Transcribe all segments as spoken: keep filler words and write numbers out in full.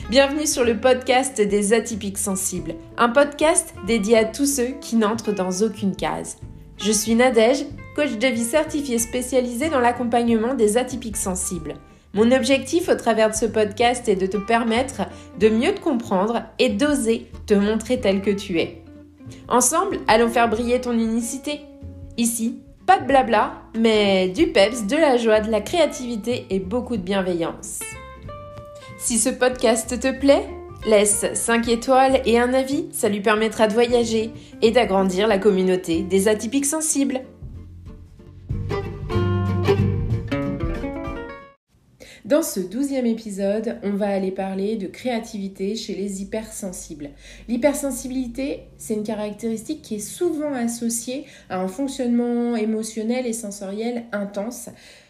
Bienvenue sur le podcast des Atypiques Sensibles, un podcast dédié à tous ceux qui n'entrent dans aucune case. Je suis Nadège, coach de vie certifiée spécialisée dans l'accompagnement des atypiques sensibles. Mon objectif au travers de ce podcast est de te permettre de mieux te comprendre et d'oser te montrer tel que tu es. Ensemble, allons faire briller ton unicité. Ici, pas de blabla, mais du peps, de la joie, de la créativité et beaucoup de bienveillance. Si ce podcast te plaît, laisse cinq étoiles et un avis, ça lui permettra de voyager et d'agrandir la communauté des atypiques sensibles. Dans ce douzième épisode, on va aller parler de créativité chez les hypersensibles. L'hypersensibilité, c'est une caractéristique qui est souvent associée à un fonctionnement émotionnel et sensoriel intense.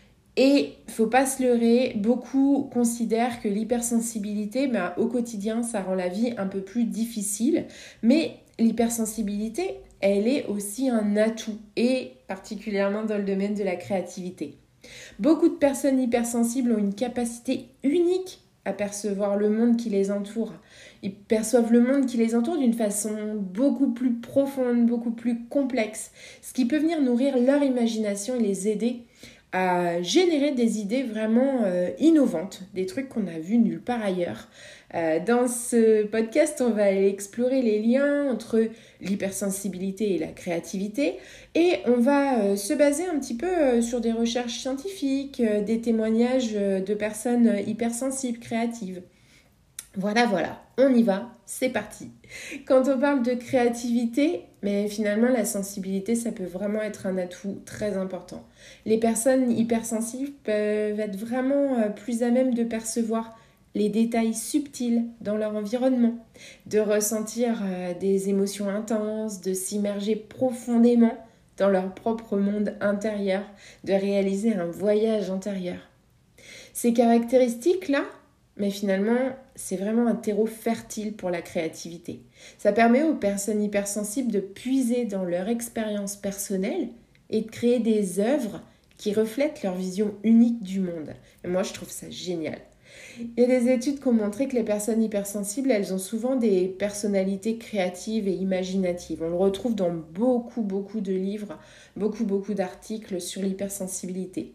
Et il ne faut pas se leurrer, beaucoup considèrent que l'hypersensibilité, ben, au quotidien, ça rend la vie un peu plus difficile. Mais l'hypersensibilité, elle est aussi un atout, et particulièrement dans le domaine de la créativité. Beaucoup de personnes hypersensibles ont une capacité unique à percevoir le monde qui les entoure. Ils perçoivent le monde qui les entoure d'une façon beaucoup plus profonde, beaucoup plus complexe, ce qui peut venir nourrir leur imagination et les aider à générer des idées vraiment euh, innovantes, des trucs qu'on n'a vus nulle part ailleurs. Euh, dans ce podcast, on va aller explorer les liens entre l'hypersensibilité et la créativité et on va euh, se baser un petit peu euh, sur des recherches scientifiques, euh, des témoignages euh, de personnes hypersensibles, créatives. Voilà, voilà, on y va, c'est parti. Quand on parle de créativité, mais finalement la sensibilité, ça peut vraiment être un atout très important. Les personnes hypersensibles peuvent être vraiment plus à même de percevoir les détails subtils dans leur environnement, de ressentir des émotions intenses, de s'immerger profondément dans leur propre monde intérieur, de réaliser un voyage intérieur. Ces caractéristiques-là, mais finalement, c'est vraiment un terreau fertile pour la créativité. Ça permet aux personnes hypersensibles de puiser dans leur expérience personnelle et de créer des œuvres qui reflètent leur vision unique du monde. Et moi, je trouve ça génial. Il y a des études qui ont montré que les personnes hypersensibles, elles ont souvent des personnalités créatives et imaginatives. On le retrouve dans beaucoup, beaucoup de livres, beaucoup, beaucoup d'articles sur l'hypersensibilité.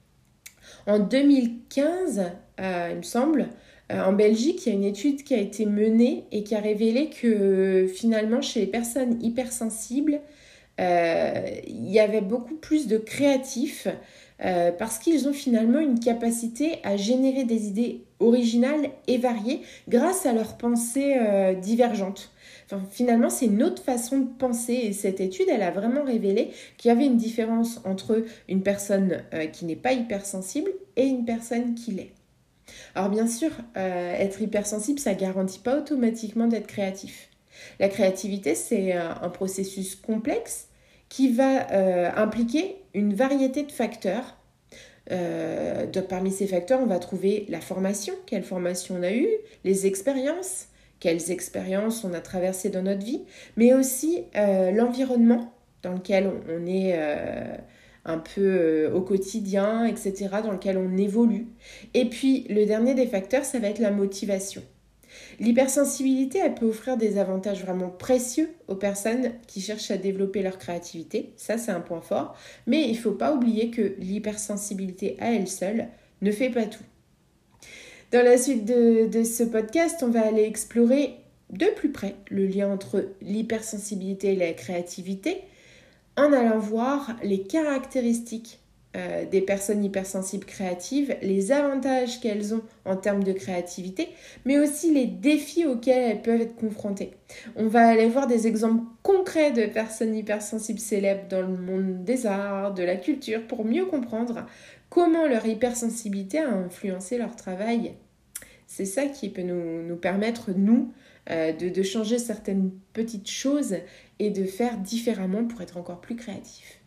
En deux mille quinze, euh, il me semble, euh, en Belgique, il y a une étude qui a été menée et qui a révélé que euh, finalement, chez les personnes hypersensibles, euh, il y avait beaucoup plus de créatifs euh, parce qu'ils ont finalement une capacité à générer des idées originales et variées grâce à leurs pensées euh, divergentes. Enfin, finalement, c'est une autre façon de penser et cette étude, elle a vraiment révélé qu'il y avait une différence entre une personne euh, qui n'est pas hypersensible et une personne qui l'est. Alors bien sûr, euh, être hypersensible, ça ne garantit pas automatiquement d'être créatif. La créativité, c'est euh, un processus complexe qui va euh, impliquer une variété de facteurs. Euh, donc, parmi ces facteurs, on va trouver la formation, quelle formation on a eue, les expériences, quelles expériences on a traversées dans notre vie, mais aussi euh, l'environnement dans lequel on, on est euh, un peu euh, au quotidien, et cetera, dans lequel on évolue. Et puis, le dernier des facteurs, ça va être la motivation. L'hypersensibilité, elle peut offrir des avantages vraiment précieux aux personnes qui cherchent à développer leur créativité. Ça, c'est un point fort. Mais il ne faut pas oublier que l'hypersensibilité à elle seule ne fait pas tout. Dans la suite de, de ce podcast, on va aller explorer de plus près le lien entre l'hypersensibilité et la créativité en allant voir les caractéristiques euh, des personnes hypersensibles créatives, les avantages qu'elles ont en termes de créativité, mais aussi les défis auxquels elles peuvent être confrontées. On va aller voir des exemples concrets de personnes hypersensibles célèbres dans le monde des arts, de la culture, pour mieux comprendre comment leur hypersensibilité a influencé leur travail. C'est ça qui peut nous, nous permettre, nous, euh, de, de changer certaines petites choses et de faire différemment pour être encore plus créatifs.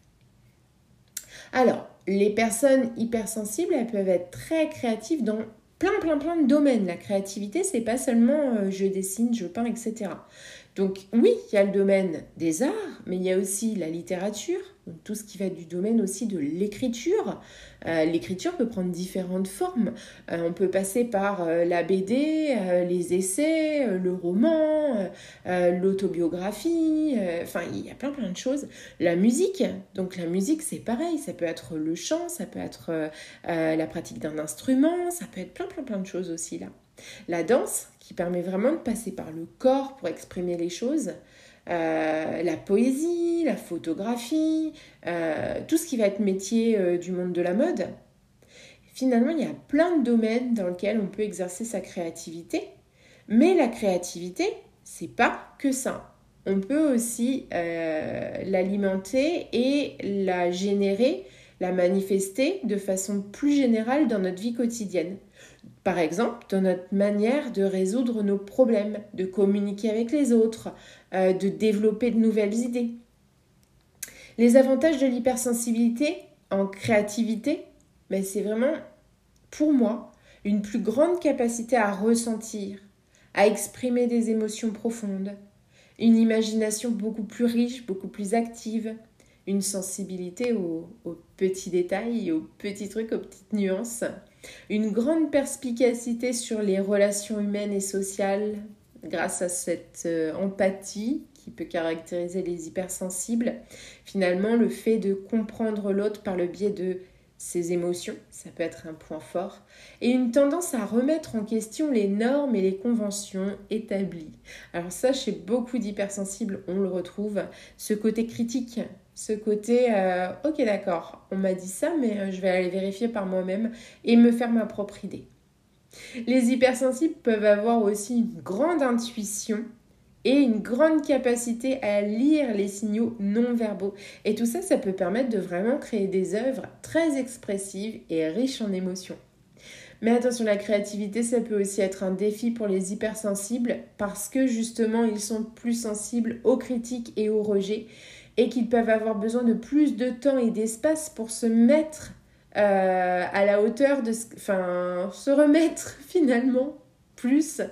Alors, les personnes hypersensibles, elles peuvent être très créatives dans plein, plein, plein de domaines. La créativité, c'est pas seulement euh, je dessine, je peins, et cetera. Donc oui, il y a le domaine des arts, mais il y a aussi la littérature, donc tout ce qui va être du domaine aussi de l'écriture. Euh, l'écriture peut prendre différentes formes. Euh, on peut passer par euh, la B D, euh, les essais, euh, le roman, euh, euh, l'autobiographie, enfin euh, il y a plein plein de choses. La musique, donc la musique c'est pareil, ça peut être le chant, ça peut être euh, euh, la pratique d'un instrument, ça peut être plein plein plein de choses aussi là. La danse, qui permet vraiment de passer par le corps pour exprimer les choses. Euh, la poésie, la photographie, euh, tout ce qui va être métier euh, du monde de la mode. Finalement, il y a plein de domaines dans lesquels on peut exercer sa créativité, mais la créativité, c'est pas que ça. On peut aussi euh, l'alimenter et la générer, la manifester de façon plus générale dans notre vie quotidienne. Par exemple, dans notre manière de résoudre nos problèmes, de communiquer avec les autres, euh, de développer de nouvelles idées. Les avantages de l'hypersensibilité en créativité, ben c'est vraiment, pour moi, une plus grande capacité à ressentir, à exprimer des émotions profondes, une imagination beaucoup plus riche, beaucoup plus active, une sensibilité aux, aux petits détails, aux petits trucs, aux petites nuances, une grande perspicacité sur les relations humaines et sociales grâce à cette euh, empathie qui peut caractériser les hypersensibles. Finalement, le fait de comprendre l'autre par le biais de ses émotions, ça peut être un point fort, et une tendance à remettre en question les normes et les conventions établies. Alors ça, chez beaucoup d'hypersensibles, on le retrouve, ce côté critique, ce côté euh, « ok d'accord, on m'a dit ça, mais euh, je vais aller vérifier par moi-même et me faire ma propre idée ». Les hypersensibles peuvent avoir aussi une grande intuition et une grande capacité à lire les signaux non-verbaux. Et tout ça, ça peut permettre de vraiment créer des œuvres très expressives et riches en émotions. Mais attention, la créativité, ça peut aussi être un défi pour les hypersensibles parce que justement, ils sont plus sensibles aux critiques et aux rejets et qu'ils peuvent avoir besoin de plus de temps et d'espace pour se mettre euh, à la hauteur de... Enfin, se remettre finalement plus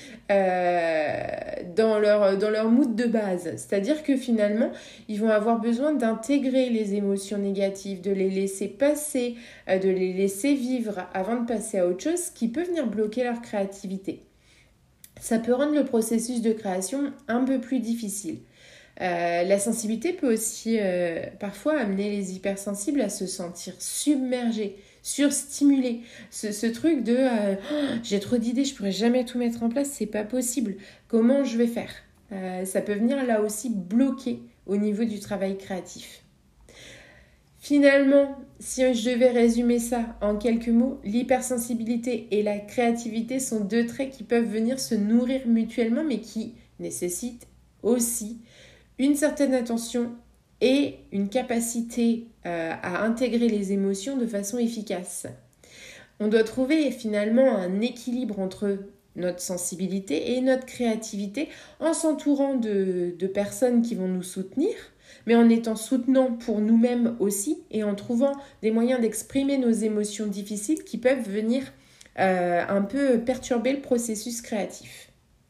euh, dans, leur, dans leur mood de base. C'est-à-dire que finalement, ils vont avoir besoin d'intégrer les émotions négatives, de les laisser passer, euh, de les laisser vivre avant de passer à autre chose, ce qui peut venir bloquer leur créativité. Ça peut rendre le processus de création un peu plus difficile. Euh, la sensibilité peut aussi euh, parfois amener les hypersensibles à se sentir submergés, surstimulés. Ce, ce truc de euh, oh, j'ai trop d'idées, je pourrais jamais tout mettre en place, c'est pas possible. Comment je vais faire ? euh, Ça peut venir là aussi bloquer au niveau du travail créatif. Finalement, si je devais résumer ça en quelques mots, l'hypersensibilité et la créativité sont deux traits qui peuvent venir se nourrir mutuellement, mais qui nécessitent aussi une certaine attention et une capacité euh, à intégrer les émotions de façon efficace. On doit trouver finalement un équilibre entre notre sensibilité et notre créativité en s'entourant de, de personnes qui vont nous soutenir, mais en étant soutenants pour nous-mêmes aussi et en trouvant des moyens d'exprimer nos émotions difficiles qui peuvent venir euh, un peu perturber le processus créatif.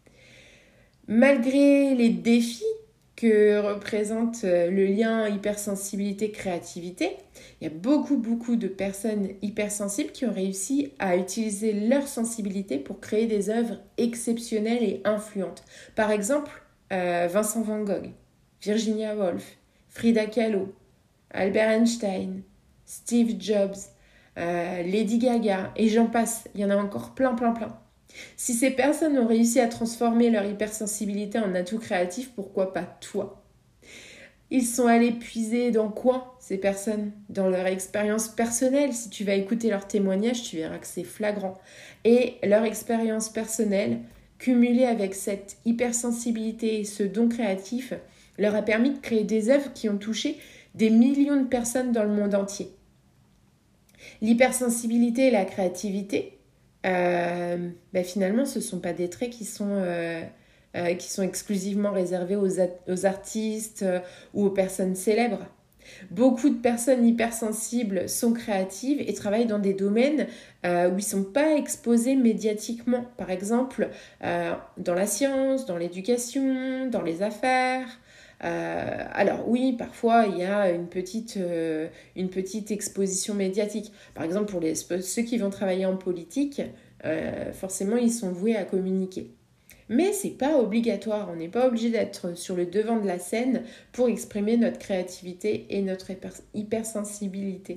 Malgré les défis que représente le lien hypersensibilité-créativité, il y a beaucoup, beaucoup de personnes hypersensibles qui ont réussi à utiliser leur sensibilité pour créer des œuvres exceptionnelles et influentes. Par exemple, euh, Vincent Van Gogh, Virginia Woolf, Frida Kahlo, Albert Einstein, Steve Jobs, euh, Lady Gaga, et j'en passe, il y en a encore plein, plein, plein. Si ces personnes ont réussi à transformer leur hypersensibilité en atout créatif, pourquoi pas toi ? Ils sont allés puiser dans quoi, ces personnes ? Dans leur expérience personnelle. Si tu vas écouter leurs témoignages, tu verras que c'est flagrant. Et leur expérience personnelle, cumulée avec cette hypersensibilité et ce don créatif, leur a permis de créer des œuvres qui ont touché des millions de personnes dans le monde entier. L'hypersensibilité et la créativité, Euh, ben finalement, ce ne sont pas des traits qui sont, euh, euh, qui sont exclusivement réservés aux, a- aux artistes euh, ou aux personnes célèbres. Beaucoup de personnes hypersensibles sont créatives et travaillent dans des domaines euh, où ils ne sont pas exposés médiatiquement. Par exemple, euh, dans la science, dans l'éducation, dans les affaires, Euh, alors oui, parfois il y a une petite, euh, une petite exposition médiatique. Par exemple, pour les, ceux qui vont travailler en politique, euh, forcément ils sont voués à communiquer. Mais c'est pas obligatoire, on n'est pas obligé d'être sur le devant de la scène pour exprimer notre créativité et notre hypersensibilité.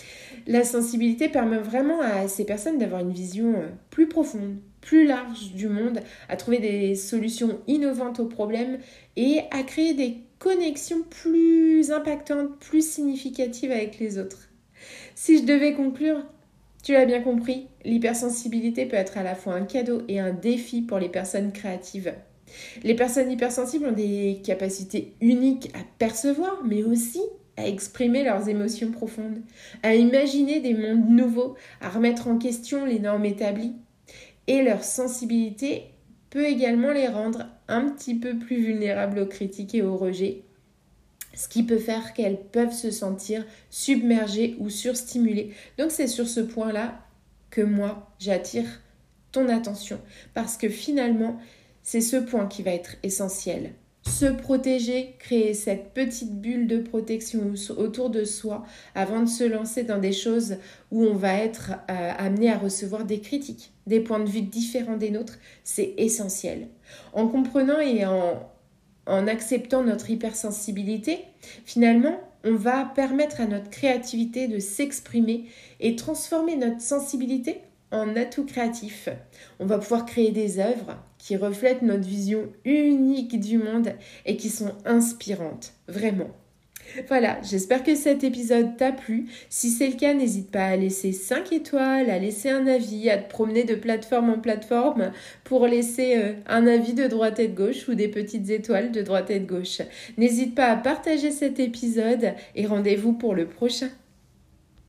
La sensibilité permet vraiment à ces personnes d'avoir une vision plus profonde, plus large du monde, à trouver des solutions innovantes aux problèmes et à créer des connexions plus impactantes, plus significatives avec les autres. Si je devais conclure, tu l'as bien compris, l'hypersensibilité peut être à la fois un cadeau et un défi pour les personnes créatives. Les personnes hypersensibles ont des capacités uniques à percevoir, mais aussi à exprimer leurs émotions profondes, à imaginer des mondes nouveaux, à remettre en question les normes établies. Et leur sensibilité peut également les rendre un petit peu plus vulnérables aux critiques et aux rejets, ce qui peut faire qu'elles peuvent se sentir submergées ou surstimulées. Donc c'est sur ce point-là que moi, j'attire ton attention, parce que finalement, c'est ce point qui va être essentiel. Se protéger, créer cette petite bulle de protection autour de soi avant de se lancer dans des choses où on va être euh, amené à recevoir des critiques, des points de vue différents des nôtres, c'est essentiel. En comprenant et en, en acceptant notre hypersensibilité, finalement, on va permettre à notre créativité de s'exprimer et transformer notre sensibilité en atout créatif. On va pouvoir créer des œuvres qui reflètent notre vision unique du monde et qui sont inspirantes, vraiment. Voilà, j'espère que cet épisode t'a plu. Si c'est le cas, n'hésite pas à laisser cinq étoiles, à laisser un avis, à te promener de plateforme en plateforme pour laisser euh, un avis de droite et de gauche ou des petites étoiles de droite et de gauche. N'hésite pas à partager cet épisode et rendez-vous pour le prochain.